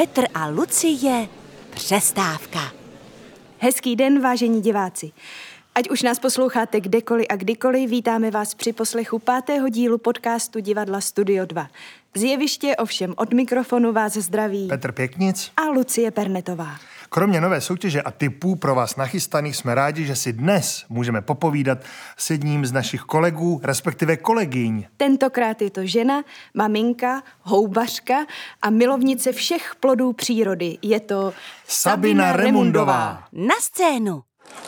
Petr a Lucie, přestávka. Hezký den, vážení diváci. Ať už nás posloucháte kdekoliv a kdykoliv, vítáme vás při poslechu 5. dílu podcastu Divadla Studio 2. Z jeviště ovšem od mikrofonu vás zdraví Petr Pěknic a Lucie Pernetová. Kromě nové soutěže a tipů pro vás nachystaných jsme rádi, že si dnes můžeme popovídat s jedním z našich kolegů, respektive kolegyň. Tentokrát je to žena, maminka, houbařka a milovnice všech plodů přírody. Je to Sabina Remundová. Na scénu.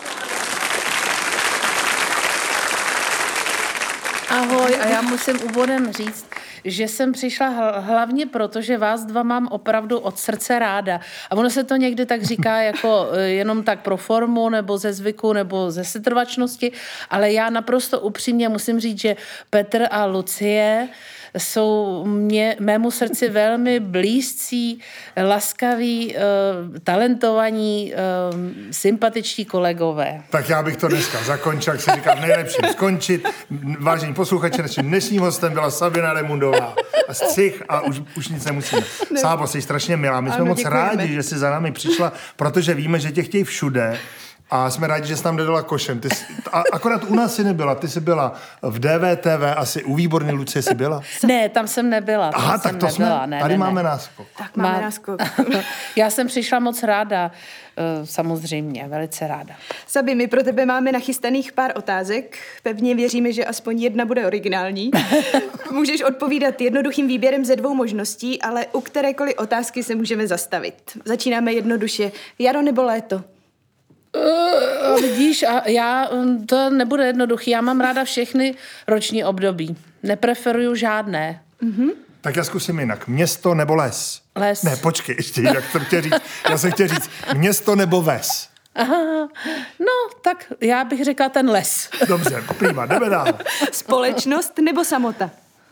Ahoj, a já musím úvodem říct, že jsem přišla hlavně proto, že vás dva mám opravdu od srdce ráda. A ono se to někdy tak říká jako jenom tak pro formu, nebo ze zvyku, nebo ze setrvačnosti, ale já naprosto upřímně musím říct, že Petr a Lucie jsou mému srdci velmi blízcí, laskaví, talentovaní, sympatičtí kolegové. Tak já bych to dneska zakončil, jak se říká, nejlepší skončit. Vážení posluchači, naším dnešním hostem byla Sabina Remundová. A střih a už nic nemusíme. Sábo, jsi strašně milá. My jsme moc rádi, že jsi za námi přišla, protože víme, že tě chtějí všude. A jsme rádi, že jsi tam nedala košem. Akorát u nás jsi nebyla. Ty jsi byla v DVTV, asi u Výborný Lucie jsi byla? Ne, tam jsem nebyla. Aha, tak to nebyla. jsme. Tady máme náskok. Tak máme náskok. Já jsem přišla moc ráda, samozřejmě, velice ráda. Sabi, my pro tebe máme nachystaných pár otázek. Pevně věříme, že aspoň jedna bude originální. Můžeš odpovídat jednoduchým výběrem ze 2 možností, ale u kterékoliv otázky se můžeme zastavit. Začínáme jednoduše. Jaro nebo léto? Vidíš, a to nebude jednoduchý. Já mám ráda všechny roční období. Nepreferuju žádné. Mm-hmm. Tak já zkusím jinak. Město nebo les? Les. Ne, počkej, ještě jinak jsem chtěl říct. Já jsem chtěl říct město nebo ves? Aha, no, tak já bych řekla ten les. Dobře, prima, jdeme dál. Společnost nebo samota?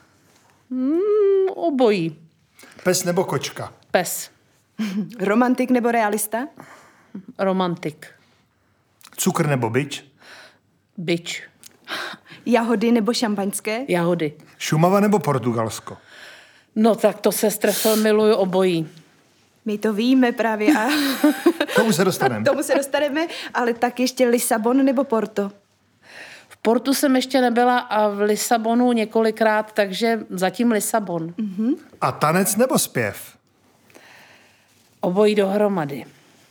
Obojí. Pes nebo kočka? Pes. Romantik nebo realista? Romantik. Cukr nebo bič? Bič. Jahody nebo šampaňské? Jahody. Šumava nebo Portugalsko? No tak to se strefil, miluju obojí. My to víme právě a... K tomu se dostaneme. K tomu se dostaneme, ale tak ještě Lisabon nebo Porto? V Portu jsem ještě nebyla a v Lisabonu několikrát, takže zatím Lisabon. Mm-hmm. A tanec nebo zpěv? Obojí dohromady.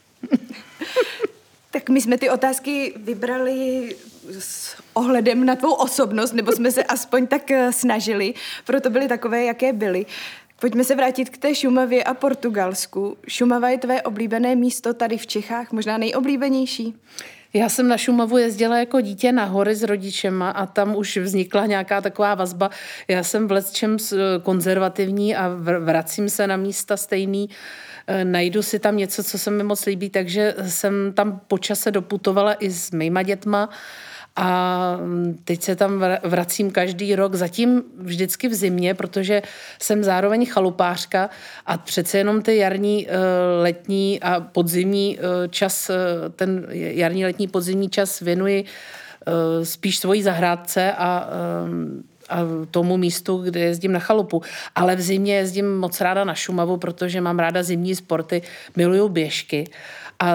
Tak my jsme ty otázky vybrali s ohledem na tvou osobnost, nebo jsme se aspoň tak snažili, proto byly takové, jaké byly. Pojďme se vrátit k té Šumavě a Portugalsku. Šumava je tvé oblíbené místo tady v Čechách, možná nejoblíbenější? Já jsem na Šumavu jezdila jako dítě na hory s rodičema a tam už vznikla nějaká taková vazba. Já jsem v lecčem konzervativní a vracím se na místa stejný. Najdu si tam něco, co se mi moc líbí, takže jsem tam po čase doputovala i s mýma dětma a teď se tam vracím každý rok, zatím vždycky v zimě, protože jsem zároveň chalupářka a přece jenom ty jarní, letní a podzimní čas, ten jarní, letní, podzimní čas věnuji spíš svojí zahrádce a tomu místu, kde jezdím na chalupu. Ale v zimě jezdím moc ráda na Šumavu, protože mám ráda zimní sporty, miluju běžky a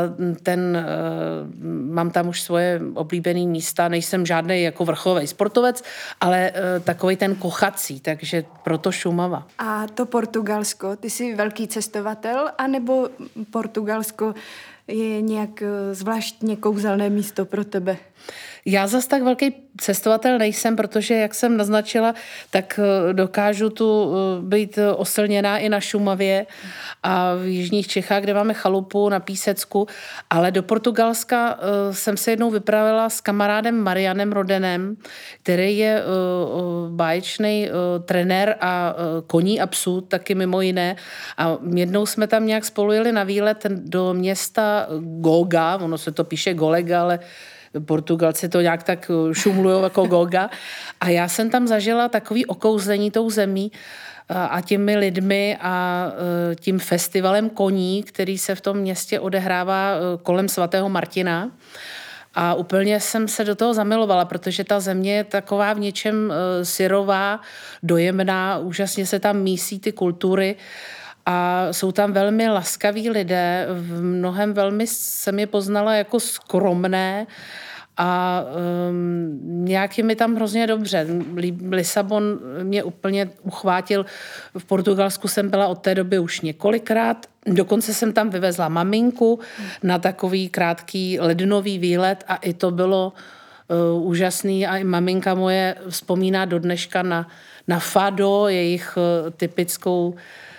mám tam už svoje oblíbené místa. Nejsem žádný jako vrcholový sportovec, ale takovej ten kochací, takže proto Šumava. A to Portugalsko, ty jsi velký cestovatel, anebo Portugalsko je nějak zvláštně kouzelné místo pro tebe? Já zas tak velký cestovatel nejsem, protože, jak jsem naznačila, tak dokážu tu být oslněná i na Šumavě a v jižních Čechách, kde máme chalupu na Písecku, ale do Portugalska jsem se jednou vypravila s kamarádem Marianem Rodenem, který je báječný trenér a koní a psů, taky mimo jiné. A jednou jsme tam nějak spolu jeli na výlet do města Goga, ono se to píše Golega, ale Portugalci to nějak tak šumlujou jako Goga. A já jsem tam zažila takový okouzlení tou zemí a těmi lidmi a tím festivalem koní, který se v tom městě odehrává kolem svatého Martina. A úplně jsem se do toho zamilovala, protože ta země je taková v něčem syrová, dojemná, úžasně se tam mísí ty kultury a jsou tam velmi laskaví lidé, v mnohem velmi jsem je poznala jako skromné a nějak je mi tam hrozně dobře. Lisabon mě úplně uchvátil. V Portugalsku jsem byla od té doby už několikrát. Dokonce jsem tam vyvezla maminku na takový krátký lednový výlet a i to bylo úžasný a i maminka moje vzpomíná do dneška na fado, jejich typickou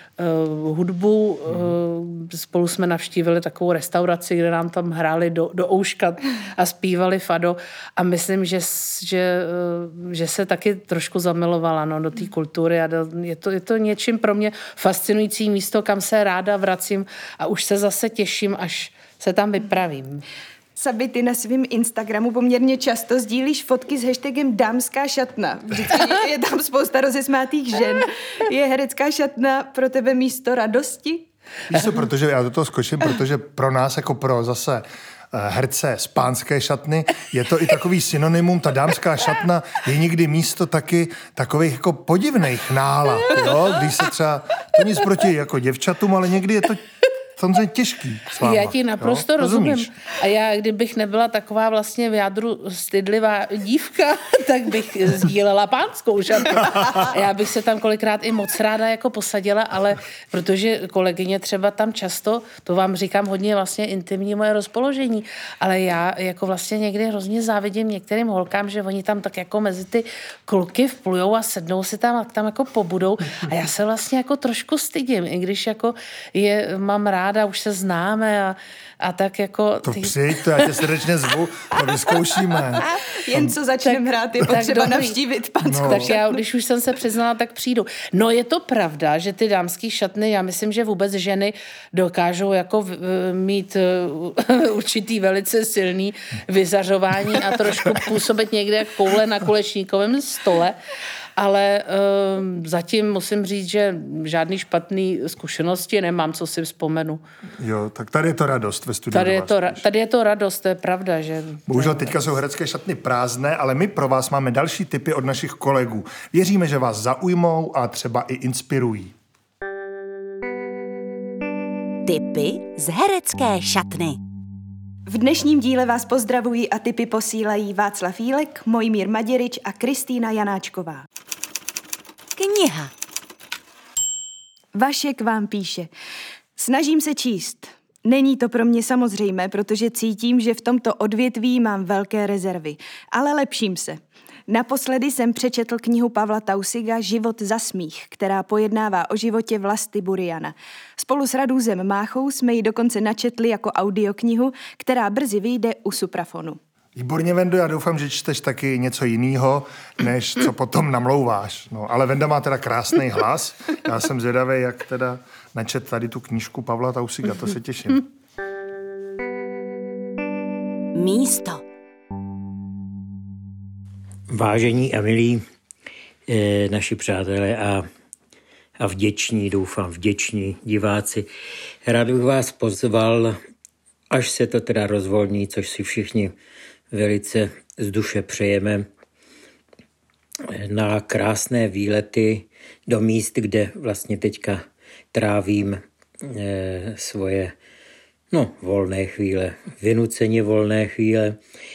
hudbu. Spolu jsme navštívili takovou restauraci, kde nám tam hráli do ouška a zpívali fado a myslím, že se taky trošku zamilovala do té kultury a je to něčím pro mě fascinující místo, kam se ráda vracím a už se zase těším, až se tam vypravím. Sabi, ty na svém Instagramu poměrně často sdílíš fotky s hashtagem dámská šatna. Vždycky je tam spousta rozesmátých žen. Je herecká šatna pro tebe místo radosti? Víš co, protože já do toho skočím, protože pro nás, jako pro zase herce z pánské šatny, je to i takový synonymum, ta dámská šatna je někdy místo taky takových jako podivných nálad, jo? Když se třeba, to nic proti jako děvčatům, ale někdy je to samozřejmě těžký s váma. Já ti naprosto rozumím. A já, kdybych nebyla taková vlastně v jádru stydlivá dívka, tak bych sdílela pánskou šatnu. Já bych se tam kolikrát i moc ráda jako posadila, ale protože kolegyně třeba tam často, to vám říkám hodně vlastně intimní moje rozpoložení, ale já jako vlastně někdy hrozně závidím některým holkám, že oni tam tak jako mezi ty kluky vplujou a sednou si tam jako pobudou a já se vlastně jako trošku stydím, i když jako mám ráda, už se známe a tak jako... To přijď, to já tě srdečně zvu, to vyzkoušíme. Jen co začneme hrát, je potřeba navštívit pánskou Tak já, když už jsem se přiznala, tak přijdu. No je to pravda, že ty dámský šatny, já myslím, že vůbec ženy dokážou jako mít určitý velice silný vyzařování a trošku působit někde jak koule na kulečníkovém stole. Ale zatím musím říct, že žádný špatný zkušenosti nemám, co si vzpomenu. Jo, tak tady je to radost ve studiu. Tady je to radost, to je pravda, že... Bohužel teďka jsou herecké šatny prázdné, ale my pro vás máme další tipy od našich kolegů. Věříme, že vás zaujmou a třeba i inspirují. Tipy z herecké šatny. V dnešním díle vás pozdravují a tipy posílají Václav Jílek, Mojmír Maděrič a Kristýna Janáčková. Kniha. Vašek vám píše. Snažím se číst. Není to pro mě samozřejmé, protože cítím, že v tomto odvětví mám velké rezervy. Ale lepším se. Naposledy jsem přečetl knihu Pavla Tausiga Život za smích, která pojednává o životě Vlasty Buriana. Spolu s Radůzem Máchou jsme ji dokonce načetli jako audioknihu, která brzy vyjde u Suprafonu. Výborně, Vendo, já doufám, že čteš taky něco jiného, než co potom namlouváš. No, ale Venda má teda krásný hlas. Já jsem zvědavý, jak teda načet tady tu knížku Pavla Tausiga, to se těším. Místo. Vážení a milí naši přátelé a vděční, doufám vděční diváci, rád bych vás pozval, až se to teda rozvolní, což si všichni velice z duše přejeme, na krásné výlety do míst, kde vlastně teďka trávím svoje volné chvíle, vynuceně volné chvíle.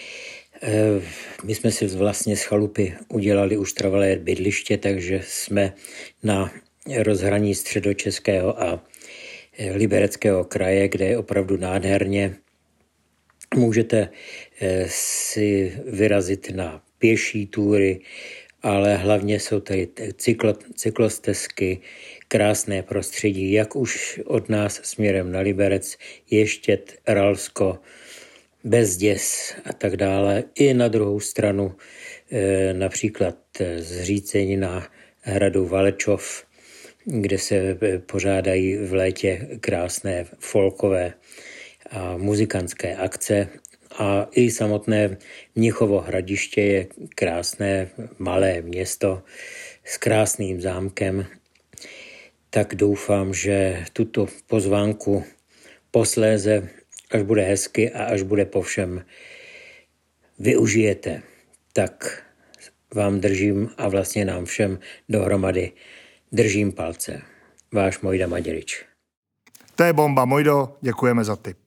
My jsme si vlastně z chalupy udělali už trvalé bydliště, takže jsme na rozhraní Středočeského a Libereckého kraje, kde je opravdu nádherně. Můžete si vyrazit na pěší túry, ale hlavně jsou tady cyklostezky, krásné prostředí, jak už od nás směrem na Liberec, Ještěd, Ralsko, Bezděs a tak dále. I na druhou stranu například Zřícenina, hradu Valečov, kde se pořádají v létě krásné folkové a muzikantské akce. A i samotné Mnichovo Hradiště je krásné malé město s krásným zámkem. Tak doufám, že tuto pozvánku posléze, až bude hezky a až bude po všem, využijete. Tak vám držím a vlastně nám všem dohromady držím palce. Váš Mojda Maděrič. To je bomba, Mojdo, děkujeme za tip.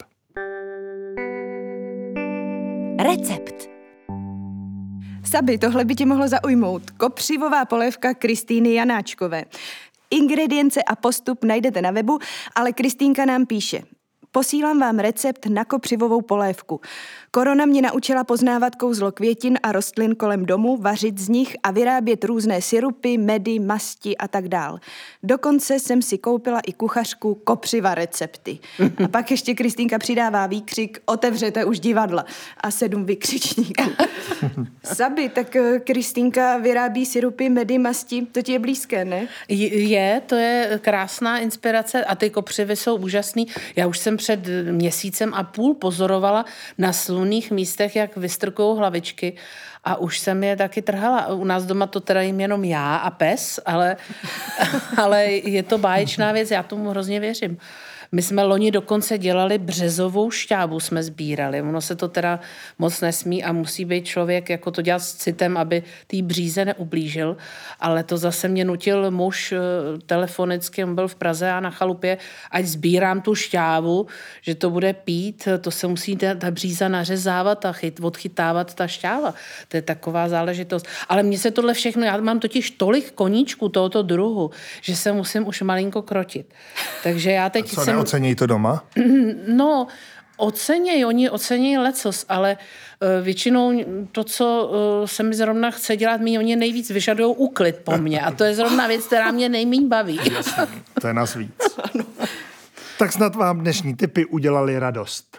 Recept. Sabi, tohle by tě mohlo zaujmout. Kopřivová polévka Kristýny Janáčkové. Ingredience a postup najdete na webu, ale Kristýnka nám píše: posílám vám recept na kopřivovou polévku. Korona mě naučila poznávat kouzlo květin a rostlin kolem domu, vařit z nich a vyrábět různé sirupy, medy, masti a tak dál. Dokonce jsem si koupila i kuchařku kopřiva recepty. A pak ještě Kristýnka přidává výkřik: otevřete už divadla a 7 vykřičníků. Sabi, tak Kristýnka vyrábí sirupy, medy, masti, to ti je blízké, ne? To je krásná inspirace a ty kopřivy jsou úžasný. Já už jsem před měsícem a půl pozorovala na slunných místech, jak vystrkují hlavičky a už jsem je taky trhala. U nás doma to teda jim jenom já a pes, ale je to báječná věc, já tomu hrozně věřím. My jsme loni dokonce dělali březovou šťávu, jsme sbírali. Ono se to teda moc nesmí a musí být člověk jako to dělat s citem, aby té bříze neublížil. Ale to zase mě nutil muž telefonicky, on byl v Praze a na chalupě, ať sbírám tu šťávu, že to bude pít, to se musí ta bříza nařezávat a odchytávat ta šťáva. To je taková záležitost. Ale mně se tohle všechno, já mám totiž tolik koníčků tohoto druhu, že se musím už malinko krotit. Takže já teď Neocení to doma? No, oni ocenějí lecos, ale většinou to, co se mi zrovna chce dělat, oni nejvíc vyžadujou úklid po mně. A to je zrovna věc, která mě nejméně baví. Jasně, to je nás víc. Tak snad vám dnešní tipy udělali radost.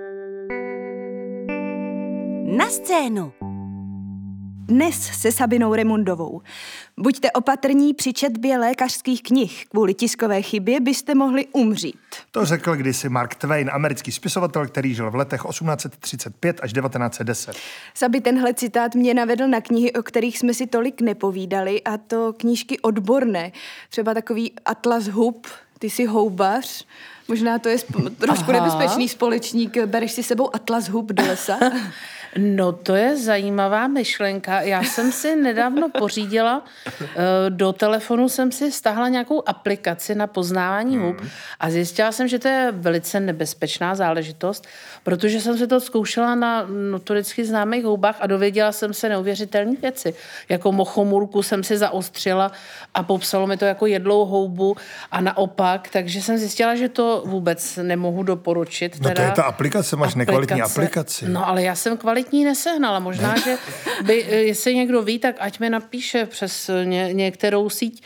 Na scénu. Dnes se Sabinou Remundovou. Buďte opatrní při četbě lékařských knih. Kvůli tiskové chybě byste mohli umřít. To řekl kdysi Mark Twain, americký spisovatel, který žil v letech 1835 až 1910. Sabi, tenhle citát mě navedl na knihy, o kterých jsme si tolik nepovídali, a to knížky odborné. Třeba takový Atlas hub, ty jsi houbař. Možná to je trošku nebezpečný společník. Bereš si sebou Atlas hub do lesa? No, to je zajímavá myšlenka. Já jsem si nedávno pořídila, do telefonu jsem si stáhla nějakou aplikaci na poznávání hub a zjistila jsem, že to je velice nebezpečná záležitost, protože jsem si to zkoušela na notoricky známých houbách a dověděla jsem se neuvěřitelné věci. Jako mochomůrku jsem si zaostřila a popsalo mi to jako jedlou houbu a naopak, takže jsem zjistila, že to vůbec nemohu doporučit. No to je ta aplikace, máš nekvalitní aplikaci. No, ale já jsem kvalitní nesehnala. Možná, že by, jestli někdo ví, tak ať mi napíše přes některou síť,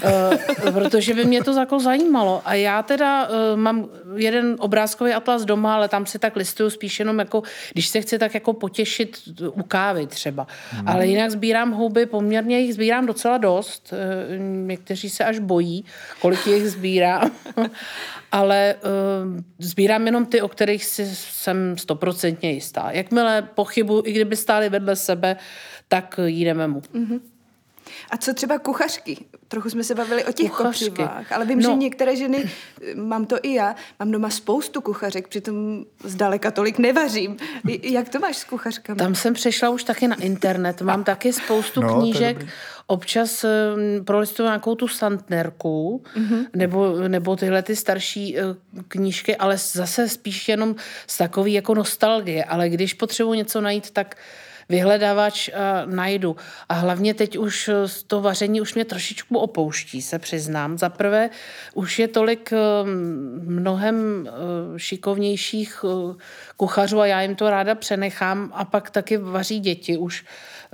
protože by mě to jako zajímalo. A já teda mám jeden obrázkový atlas doma, ale tam si tak listuju spíš jenom jako, když se chci tak jako potěšit u kávy třeba. Ale jinak sbírám houby, poměrně jich sbírám docela dost. Někteří se až bojí, kolik jich sbírám. Ale sbírám jenom ty, o kterých jsem 100% jistá. Jakmile pochybu, i kdyby stály vedle sebe, tak jdeme mu. Mm-hmm. A co třeba kuchařky? Trochu jsme se bavili o těch kopřivách, ale vím, že některé ženy, mám to i já, mám doma spoustu kuchařek, přitom zdaleka tolik nevařím. Jak to máš s kuchařkami? Tam jsem přešla už taky na internet, mám taky spoustu knížek, občas prolistuju nějakou tu Santnerku, nebo tyhle ty starší knížky, ale zase spíš jenom z takový jako nostalgie, ale když potřebuji něco najít, tak vyhledávač najdu. A hlavně teď už to vaření už mě trošičku opouští, se přiznám. Za prvé už je tolik mnohem šikovnějších kuchařů a já jim to ráda přenechám a pak taky vaří děti. Už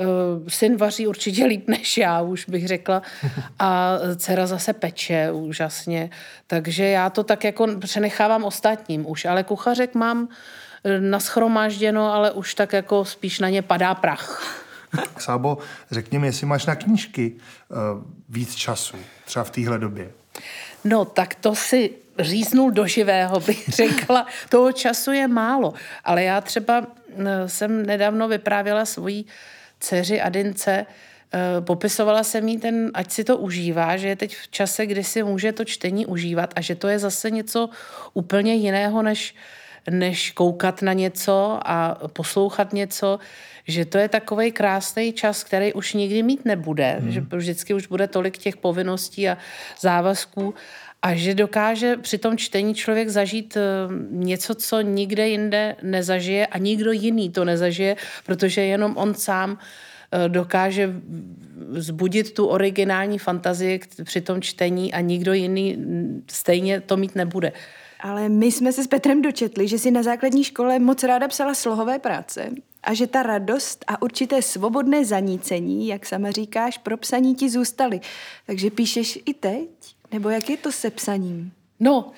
syn vaří určitě líp než já, už bych řekla. A dcera zase peče úžasně. Takže já to tak jako přenechávám ostatním už. Ale kuchařek mám naschromážděno, ale už tak jako spíš na ně padá prach. Sábo, řekni mi, jestli máš na knížky víc času, třeba v téhle době. No, tak to si říznul do živého, bych řekla. Toho času je málo. Ale já třeba jsem nedávno vyprávěla svojí dceři Adince, popisovala jsem jí ať si to užívá, že je teď v čase, kdy si může to čtení užívat a že to je zase něco úplně jiného, než koukat na něco a poslouchat něco, že to je takovej krásný čas, který už nikdy mít nebude, že vždycky už bude tolik těch povinností a závazků a že dokáže při tom čtení člověk zažít něco, co nikde jinde nezažije a nikdo jiný to nezažije, protože jenom on sám dokáže vzbudit tu originální fantazii při tom čtení a nikdo jiný stejně to mít nebude. Ale my jsme se s Petrem dočetli, že si na základní škole moc ráda psala slohové práce a že ta radost a určité svobodné zanícení, jak sama říkáš, pro psaní ti zůstaly. Takže píšeš i teď? Nebo jak je to se psaním? No,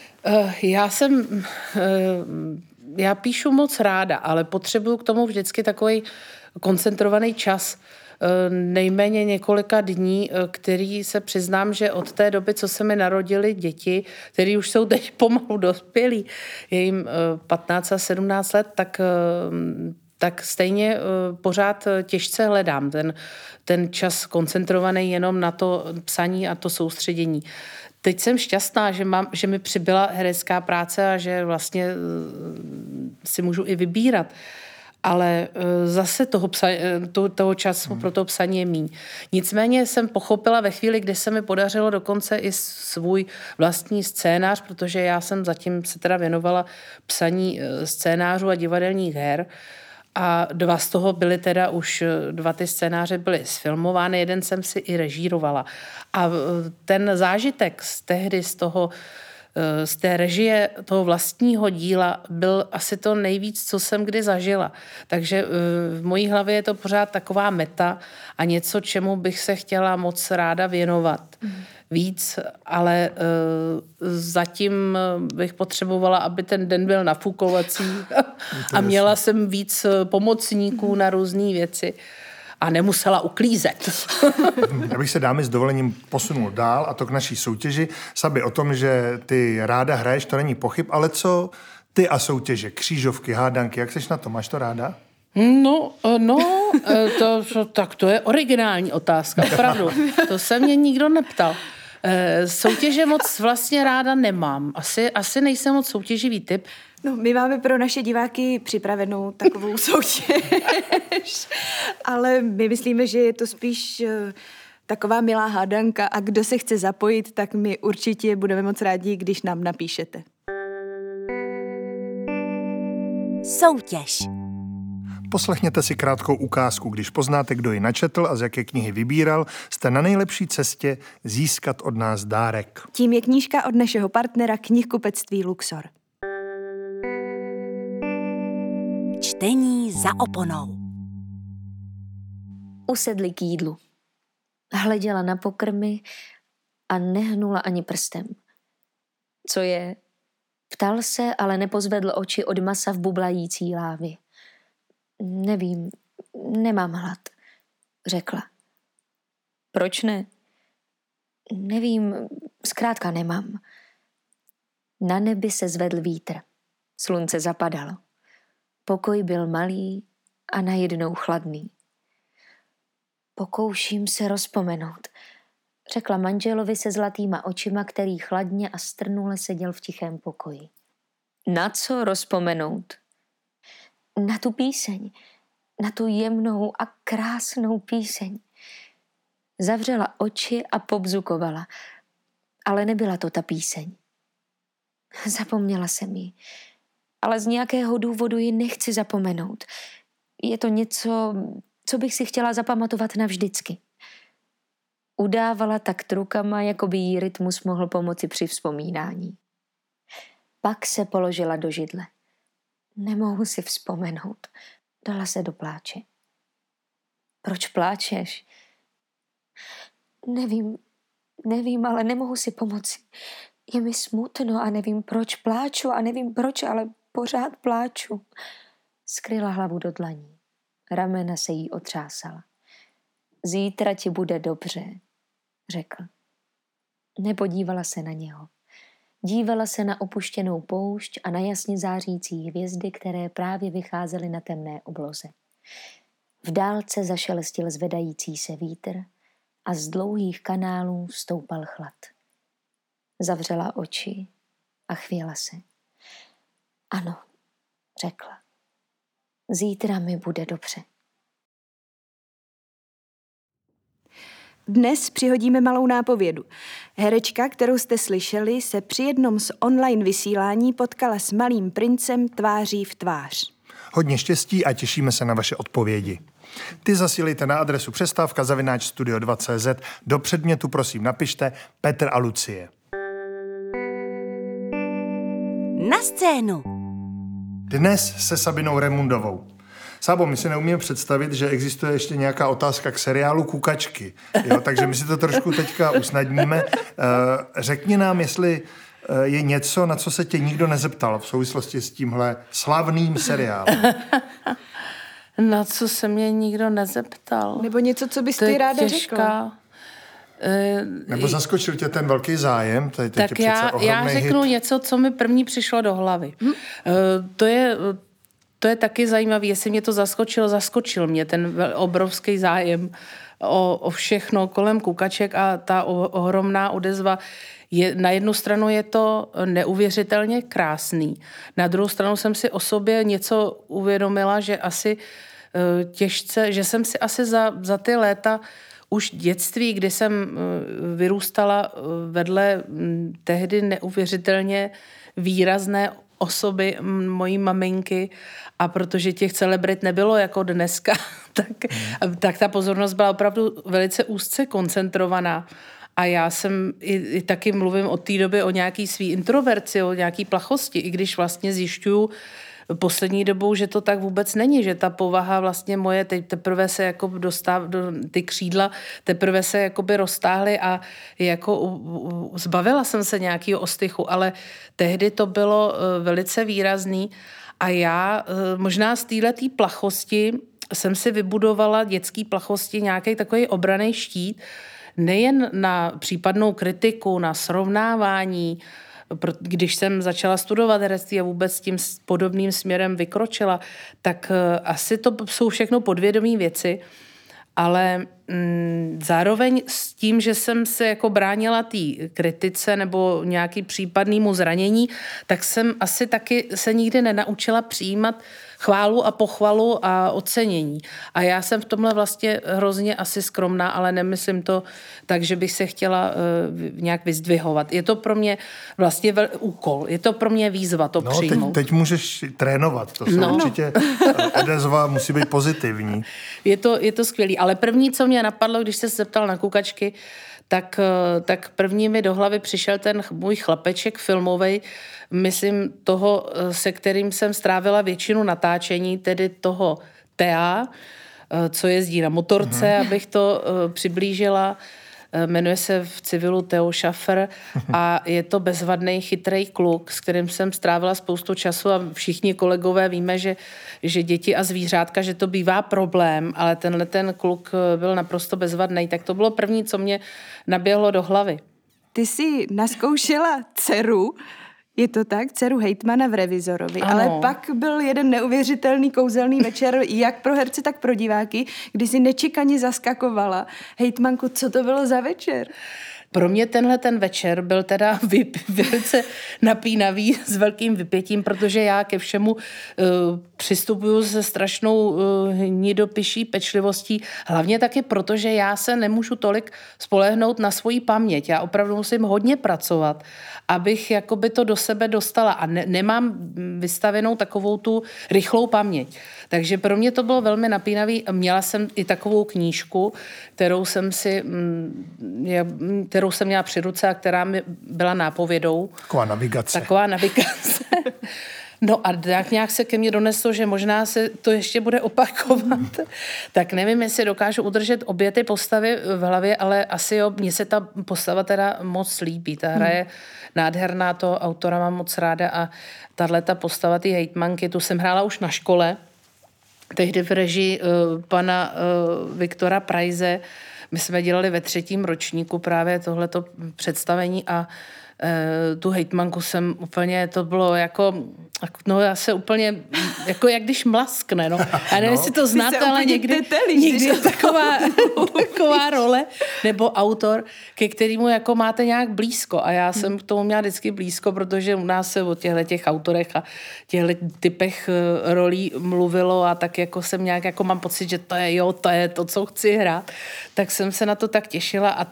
já píšu moc ráda, ale potřebuju k tomu vždycky takový koncentrovaný čas, nejméně několika dní, který se přiznám, že od té doby, co se mi narodily děti, který už jsou teď pomalu dospělí, je jim 15 a 17 let, tak stejně pořád těžce hledám ten čas koncentrovaný jenom na to psaní a to soustředění. Teď jsem šťastná, že mi přibyla herecká práce a že vlastně si můžu i vybírat. Ale zase toho času pro to psaní je míň. Nicméně jsem pochopila ve chvíli, kdy se mi podařilo dokonce i svůj vlastní scénář, protože já jsem zatím se teda věnovala psaní scénářů a divadelních her a 2 z toho byly teda už, 2 ty scénáře byly sfilmovány, jeden jsem si i režírovala. A ten zážitek z té režie toho vlastního díla byl asi to nejvíc, co jsem kdy zažila. Takže v mojí hlavě je to pořád taková meta a něco, čemu bych se chtěla moc ráda věnovat víc, ale zatím bych potřebovala, aby ten den byl nafukovací a měla jsem víc pomocníků na různé věci. A nemusela uklízet. Já bych se, dámy, s dovolením posunul dál, a to k naší soutěži. Sabi, o tom, že ty ráda hraješ, to není pochyb, ale co ty a soutěže, křížovky, hádanky, jak seš na to? Máš to ráda? Tak to je originální otázka, opravdu. To se mě nikdo neptal. Soutěže moc vlastně ráda nemám. Asi nejsem moc soutěživý typ. No, my máme pro naše diváky připravenou takovou soutěž, ale my myslíme, že je to spíš taková milá hádanka a kdo se chce zapojit, tak my určitě budeme moc rádi, když nám napíšete. Soutěž. Poslechněte si krátkou ukázku. Když poznáte, kdo ji načetl a z jaké knihy vybíral, jste na nejlepší cestě získat od nás dárek. Tím je knížka od našeho partnera knihkupectví Luxor. Čtení za oponou. Usedli k jídlu. Hleděla na pokrmy a nehnula ani prstem. Co je? Ptal se, ale nepozvedl oči od masa v bublající lávě. Nevím, nemám hlad, řekla. Proč ne? Nevím, zkrátka nemám. Na nebi se zvedl vítr. Slunce zapadalo. Pokoj byl malý a najednou chladný. Pokouším se rozpomenout, řekla manželovi se zlatýma očima, který chladně a strnule seděl v tichém pokoji. Na co rozpomenout? Na tu píseň, na tu jemnou a krásnou píseň. Zavřela oči a pobzukovala, ale nebyla to ta píseň. Zapomněla jsem ji, ale z nějakého důvodu ji nechci zapomenout. Je to něco, co bych si chtěla zapamatovat navždycky. Udávala tak rukama, jako by jí rytmus mohl pomoci při vzpomínání. Pak se položila do židle. Nemohu si vzpomenout. Dala se do pláče. Proč pláčeš? Nevím, ale nemohu si pomoci. Je mi smutno a nevím, proč pláču a nevím proč, ale pořád pláču. Skryla hlavu do dlaní. Ramena se jí otřásala. Zítra ti bude dobře, řekl. Nepodívala se na něho. Dívala se na opuštěnou poušť a na jasně zářící hvězdy, které právě vycházely na temné obloze. V dálce zašelestil zvedající se vítr a z dlouhých kanálů stoupal chlad. Zavřela oči a chvěla se. Ano, řekla. Zítra mi bude dobře. Dnes přihodíme malou nápovědu. Herečka, kterou jste slyšeli, se při jednom z online vysílání potkala s malým princem tváří v tvář. Hodně štěstí a těšíme se na vaše odpovědi. Ty zasílejte na adresu přestávka@studio2.cz. Do předmětu prosím napište Petr a Lucie. Na scénu! Dnes se Sabinou Remundovou. Sábo, my si neumíme představit, že existuje ještě nějaká otázka k seriálu Kukačky. Jo? Takže my si to trošku teďka usnadníme. Řekni nám, jestli je něco, na co se tě nikdo nezeptal v souvislosti s tímhle slavným seriálem. Na co se mě nikdo nezeptal. Nebo něco, co bys ty ráda řekla. Nebo zaskočil tě ten velký zájem? Tak já řeknu něco, co mi první přišlo do hlavy. To je taky zajímavé, jestli mě to zaskočil mě ten obrovský zájem o všechno kolem kukaček a ta ohromná odezva. Na jednu stranu je to neuvěřitelně krásný. Na druhou stranu jsem si o sobě něco uvědomila, že asi těžce, že jsem si asi za ty léta už dětství, kdy jsem vyrůstala vedle tehdy neuvěřitelně výrazné osoby mojí maminky a protože těch celebrit nebylo jako dneska, tak ta pozornost byla opravdu velice úzce koncentrovaná. A já jsem i taky mluvím od té doby o nějaký svý introverci, o nějaký plachosti, i když vlastně zjišťuju poslední dobou, že to tak vůbec není, že ta povaha vlastně moje teď teprve se jako ty křídla teprve se jakoby roztáhly a jako zbavila jsem se nějakého ostychu, ale tehdy to bylo velice výrazný a já možná z této plachosti jsem si vybudovala dětský plachosti nějaký takový obranný štít, nejen na případnou kritiku, na srovnávání. Když jsem začala studovat herectví a vůbec tím podobným směrem vykročila, tak asi to jsou všechno podvědomí věci, ale zároveň s tím, že jsem se jako bránila té kritice nebo nějaký případnému zranění, tak jsem asi taky se nikdy nenaučila přijímat chválu a pochvalu a ocenění. A já jsem v tomhle vlastně hrozně asi skromná, ale nemyslím to tak, že bych se chtěla nějak vyzdvihovat. Je to pro mě vlastně úkol, je to pro mě výzva to přijmout. Teď můžeš trénovat, to jsou určitě odezva musí být pozitivní. Je to skvělý, ale první, co mě napadlo, když se zeptal na kukačky, tak první mi do hlavy přišel ten můj chlapeček filmovej, myslím toho, se kterým jsem strávila většinu natáčení, tedy toho Thea, co jezdí na motorce, abych to přiblížila. Jmenuje se v civilu Theo Schaffer a je to bezvadný, chytrý kluk, s kterým jsem strávila spoustu času a všichni kolegové víme, že děti a zvířátka, že to bývá problém, ale ten kluk byl naprosto bezvadný. Tak to bylo první, co mě naběhlo do hlavy. Ty jsi naskoušela dceru, je to tak, dceru hejtmana v Revizorovi, ano. Ale pak byl jeden neuvěřitelný kouzelný večer, jak pro herce, tak pro diváky, kdy si nečekaně zaskakovala hejtmanku. Co to bylo za večer? Pro mě ten večer byl teda velice napínavý s velkým vypětím, protože já ke všemu přistupuju se strašnou hnidopiší pečlivostí, hlavně taky proto, že já se nemůžu tolik spolehnout na svoji paměť. Já opravdu musím hodně pracovat, abych jakoby to do sebe dostala a nemám vystavenou takovou tu rychlou paměť. Takže pro mě to bylo velmi napínavý. Měla jsem i takovou knížku, kterou jsem měla při ruce a která mi byla nápovědou. Taková navigace. No a tak nějak se ke mně doneslo, že možná se to ještě bude opakovat. Tak nevím, jestli dokážu udržet obě ty postavy v hlavě, ale asi jo, mně se ta postava teda moc líbí. Ta hra je nádherná, toho autora mám moc ráda a tahleta postava, ty hejtmanky, tu jsem hrála už na škole, tehdy v režii pana Viktora Prajze. My jsme dělali ve 3. ročníku právě tohleto představení a tu hejtmanku jsem úplně, to bylo jako, no já se úplně, jako jak když mlaskne, no. Já nevím, jestli to znáte, ale někdy je taková role, nebo autor, ke kterému jako máte nějak blízko a já jsem k tomu měla vždycky blízko, protože u nás se o těch autorech a těchto typech rolí mluvilo a tak jako jsem nějak, jako mám pocit, že to je to, co chci hrát, tak jsem se na to tak těšila a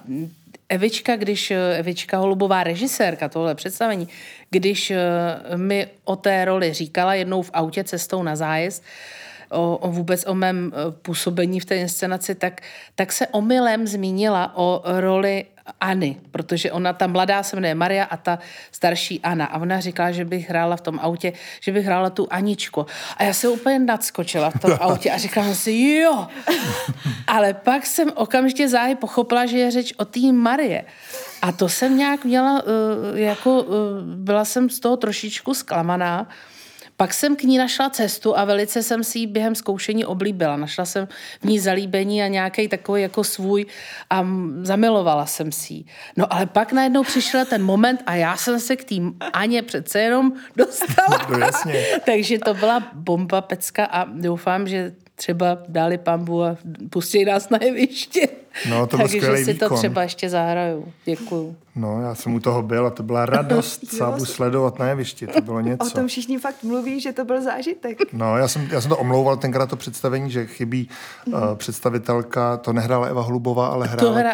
Evička Holubová, režisérka tohle představení, když mi o té roli říkala jednou v autě cestou na zájezd, vůbec o mém působení v té inscenaci, tak se omylem zmínila o roli Anny, protože ona, ta mladá se jmenuje Maria a ta starší Anna. A ona říkala, že bych hrála v tom autě, že bych hrála tu Aničku. A já se úplně nadskočila v tom autě a říkala si, jo. Ale pak jsem okamžitě záhy pochopila, že je řeč o té Marie. A to jsem nějak měla, byla jsem z toho trošičku zklamaná. Pak jsem k ní našla cestu a velice jsem si ji během zkoušení oblíbila. Našla jsem v ní zalíbení a nějaký takový jako svůj a zamilovala jsem si ji. No ale pak najednou přišel ten moment a já jsem se k té Aně přece jenom dostala. No, jasně. Takže to byla bomba, pecka a doufám, že třeba dali pambu a pustí nás na jeviště. No, to byl skvělý si výkon. To třeba ještě zahraju. Děkuju. No, já jsem u toho byl a to byla radost Sábu sledovat na jevišti. To bylo něco. O tom všichni fakt mluví, že to byl zážitek. No, já jsem to omlouval tenkrát to představení, že chybí představitelka, to nehrála Eva Holubová, ale hrála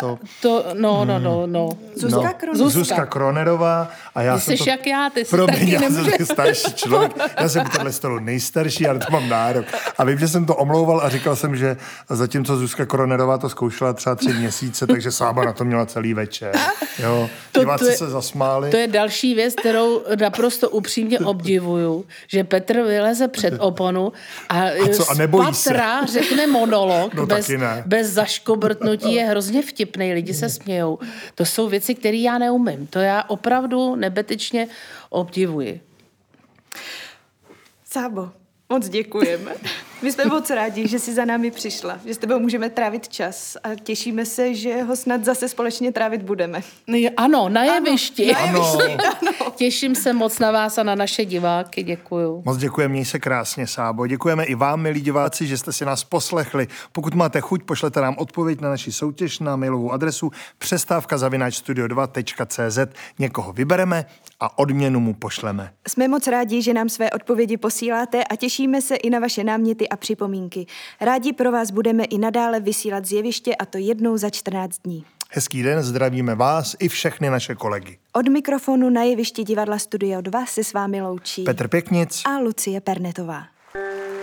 No. Zuzka Kronerová. A já ty jsi jak já, ty jsi Promiň, taky já nemůže. jsem starší člověk, já jsem tohle stolu nejstarší, ale to mám nárok. A vím, že jsem to omlouval a říkal jsem, že zatímco Zuzka Kronerová to zkoušela třeba 3 měsíce, takže Sába na to měla celý večer. Jo. Diváci se zasmáli. To je další věc, kterou naprosto upřímně obdivuju, že Petr vyleze před oponu a z patra řekne monolog bez zaškobrtnutí, je hrozně vtipnej, lidi se smějou. To jsou věci, které já neumím. To já opravdu nebetyčně obdivuji. Sábo, moc děkujeme. My jsme moc rádi, že jsi za námi přišla, že s tebou můžeme trávit čas a těšíme se, že ho snad zase společně trávit budeme. Ano, na jevišti. Ano. Těším se moc na vás a na naše diváky, děkuju. Moc děkujeme, měj se krásně, Sábo. Děkujeme i vám, milí diváci, že jste si nás poslechli. Pokud máte chuť, pošlete nám odpověď na naši soutěž na mailovou adresu přestávka@studio2.cz. Někoho vybereme a odměnu mu pošleme. Jsme moc rádi, že nám své odpovědi posíláte a těšíme se i na vaše náměty a připomínky. Rádi pro vás budeme i nadále vysílat z jeviště, a to jednou za 14 dní. Hezký den, zdravíme vás i všechny naše kolegy. Od mikrofonu na jevišti divadla Studio 2 se s vámi loučí Petr Pěknic a Lucie Pernetová.